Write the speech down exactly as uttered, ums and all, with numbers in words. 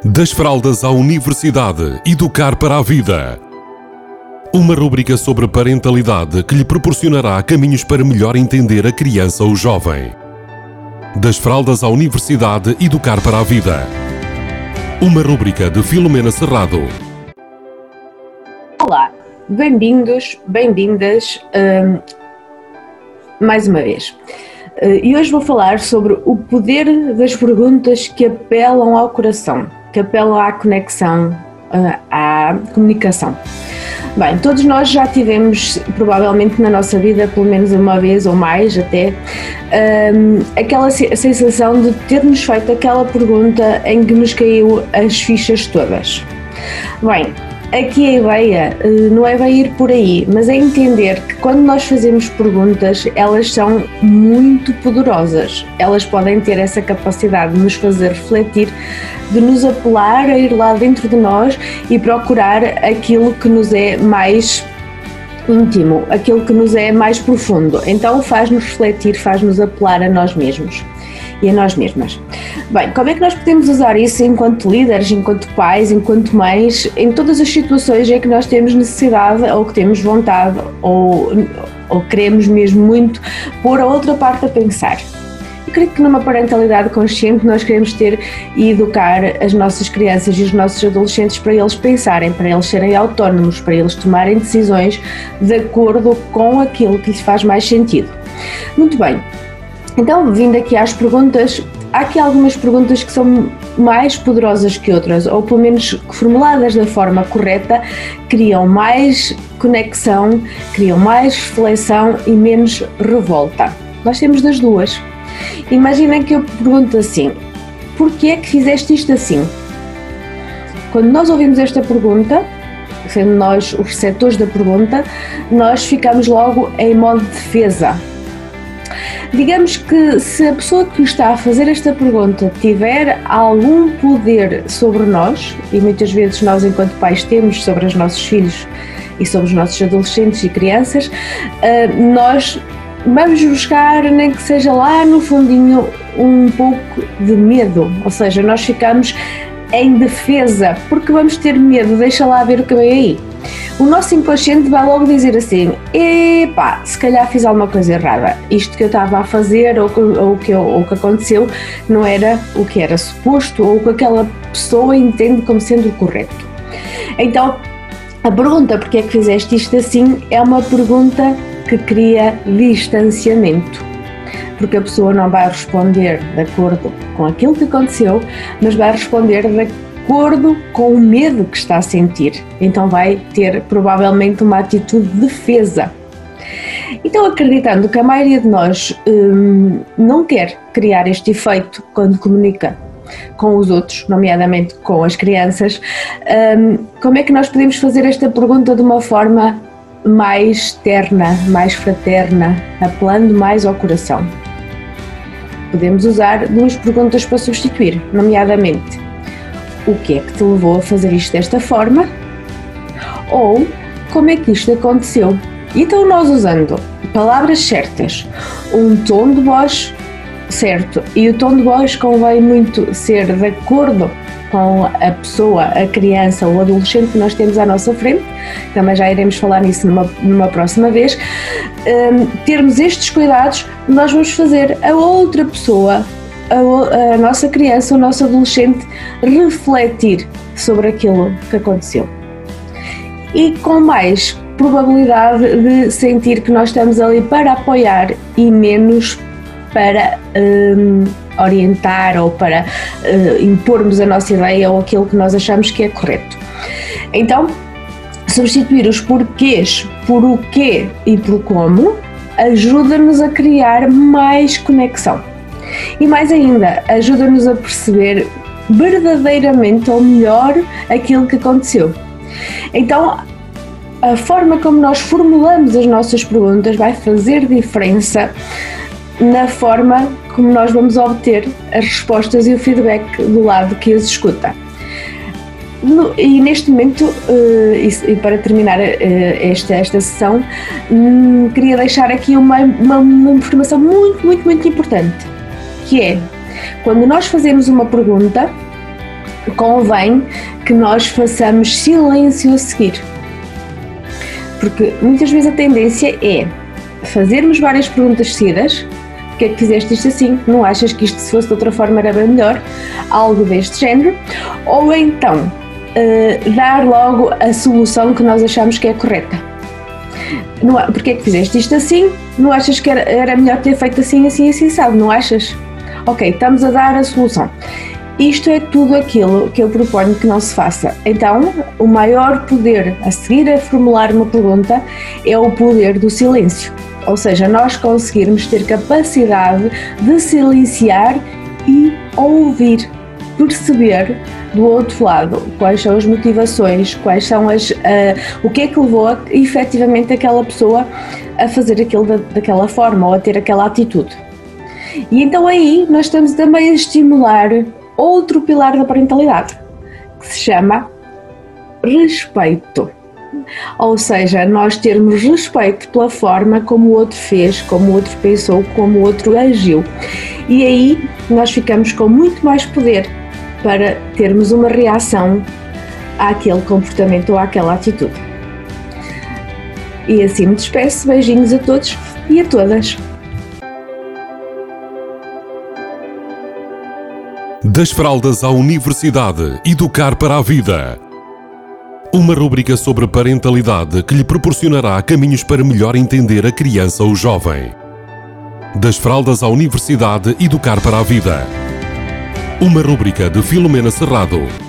Das fraldas à universidade, educar para a vida. Uma rubrica sobre parentalidade que lhe proporcionará caminhos para melhor entender a criança ou jovem. Das fraldas à universidade, educar para a vida. Uma rubrica de Filomena Serrado. Olá, bem-vindos, bem-vindas um, mais uma vez. Uh, e hoje vou falar sobre o poder das perguntas que apelam ao coração, que apelam à conexão, uh, à comunicação. Bem, todos nós já tivemos, provavelmente na nossa vida, pelo menos uma vez ou mais até, um, aquela sensação de termos feito aquela pergunta em que nos caiu as fichas todas. Bem, aqui a ideia não é bem ir por aí, mas é entender que quando nós fazemos perguntas, elas são muito poderosas. Elas podem ter essa capacidade de nos fazer refletir, de nos apelar a ir lá dentro de nós e procurar aquilo que nos é mais íntimo, aquilo que nos é mais profundo. Então faz-nos refletir, faz-nos apelar a nós mesmos e a nós mesmas. Bem, como é que nós podemos usar isso enquanto líderes, enquanto pais, enquanto mães, em todas as situações em que nós temos necessidade ou que temos vontade ou, ou queremos mesmo muito pôr a outra parte a pensar? Eu creio que numa parentalidade consciente nós queremos ter e educar as nossas crianças e os nossos adolescentes para eles pensarem, para eles serem autónomos, para eles tomarem decisões de acordo com aquilo que lhes faz mais sentido. Muito bem. Então, vindo aqui às perguntas, há aqui algumas perguntas que são mais poderosas que outras, ou pelo menos formuladas da forma correta, criam mais conexão, criam mais reflexão e menos revolta. Nós temos das duas. Imaginem que eu pergunto assim: porquê é que fizeste isto assim? Quando nós ouvimos esta pergunta, sendo nós os receptores da pergunta, nós ficamos logo em modo de defesa. Digamos que se a pessoa que está a fazer esta pergunta tiver algum poder sobre nós, e muitas vezes nós enquanto pais temos sobre os nossos filhos e sobre os nossos adolescentes e crianças, nós vamos buscar, nem que seja lá no fundinho, um pouco de medo, ou seja, nós ficamos em defesa, porque vamos ter medo, deixa lá ver o que vem aí. O nosso inconsciente vai logo dizer assim: epá, se calhar fiz alguma coisa errada, isto que eu estava a fazer ou que, ou que, ou que aconteceu não era o que era suposto ou o que aquela pessoa entende como sendo o correto. Então, a pergunta porque é que fizeste isto assim é uma pergunta que cria distanciamento, porque a pessoa não vai responder de acordo com aquilo que aconteceu, mas vai responder de acordo com o medo que está a sentir. Então vai ter provavelmente uma atitude de defesa. Então, acreditando que a maioria de nós hum, não quer criar este efeito quando comunica com os outros, nomeadamente com as crianças, hum, como é que nós podemos fazer esta pergunta de uma forma mais terna, mais fraterna, apelando mais ao coração? Podemos usar duas perguntas para substituir, nomeadamente: o que é que te levou a fazer isto desta forma? Ou como é que isto aconteceu? Então, nós usando palavras certas, um tom de voz certo, e o tom de voz convém muito ser de acordo com a pessoa, a criança ou o adolescente que nós temos à nossa frente, também já iremos falar nisso numa, numa próxima vez. Um, termos estes cuidados, nós vamos fazer a outra pessoa, a, a nossa criança, o nosso adolescente, refletir sobre aquilo que aconteceu. E com mais probabilidade de sentir que nós estamos ali para apoiar e menos para um, orientar ou para uh, impormos a nossa ideia ou aquilo que nós achamos que é correto. Então, substituir os porquês por o quê e por como ajuda-nos a criar mais conexão. E mais ainda, ajuda-nos a perceber verdadeiramente ou melhor aquilo que aconteceu. Então, a forma como nós formulamos as nossas perguntas vai fazer diferença na forma como nós vamos obter as respostas e o feedback do lado que as escuta. No, e neste momento, uh, e, e para terminar uh, esta, esta sessão, um, queria deixar aqui uma, uma, uma informação muito, muito, muito importante, que é, quando nós fazemos uma pergunta, convém que nós façamos silêncio a seguir. Porque muitas vezes a tendência é fazermos várias perguntas seguidas. Porque é que fizeste isto assim? Não achas que isto, se fosse de outra forma, era bem melhor? Algo deste género. Ou então, uh, dar logo a solução que nós achamos que é correta. Não, porque é que fizeste isto assim? Não achas que era, era melhor ter feito assim, assim, assim, sabe? Não achas? Ok, estamos a dar a solução. Isto é tudo aquilo que eu proponho que não se faça. Então, o maior poder a seguir a formular uma pergunta é o poder do silêncio. Ou seja, nós conseguirmos ter capacidade de silenciar e ouvir, perceber do outro lado quais são as motivações, quais são as, uh, o que é que levou efetivamente aquela pessoa a fazer aquilo da, daquela forma ou a ter aquela atitude. E então aí nós estamos também a estimular outro pilar da parentalidade, que se chama respeito. Ou seja, nós termos respeito pela forma como o outro fez, como o outro pensou, como o outro agiu. E aí nós ficamos com muito mais poder para termos uma reação àquele comportamento ou àquela atitude. E assim me despeço. Beijinhos a todos e a todas. Das fraldas à universidade, educar para a vida. Uma rúbrica sobre parentalidade que lhe proporcionará caminhos para melhor entender a criança ou jovem. Das fraldas à universidade, educar para a vida. Uma rúbrica de Filomena Serrado.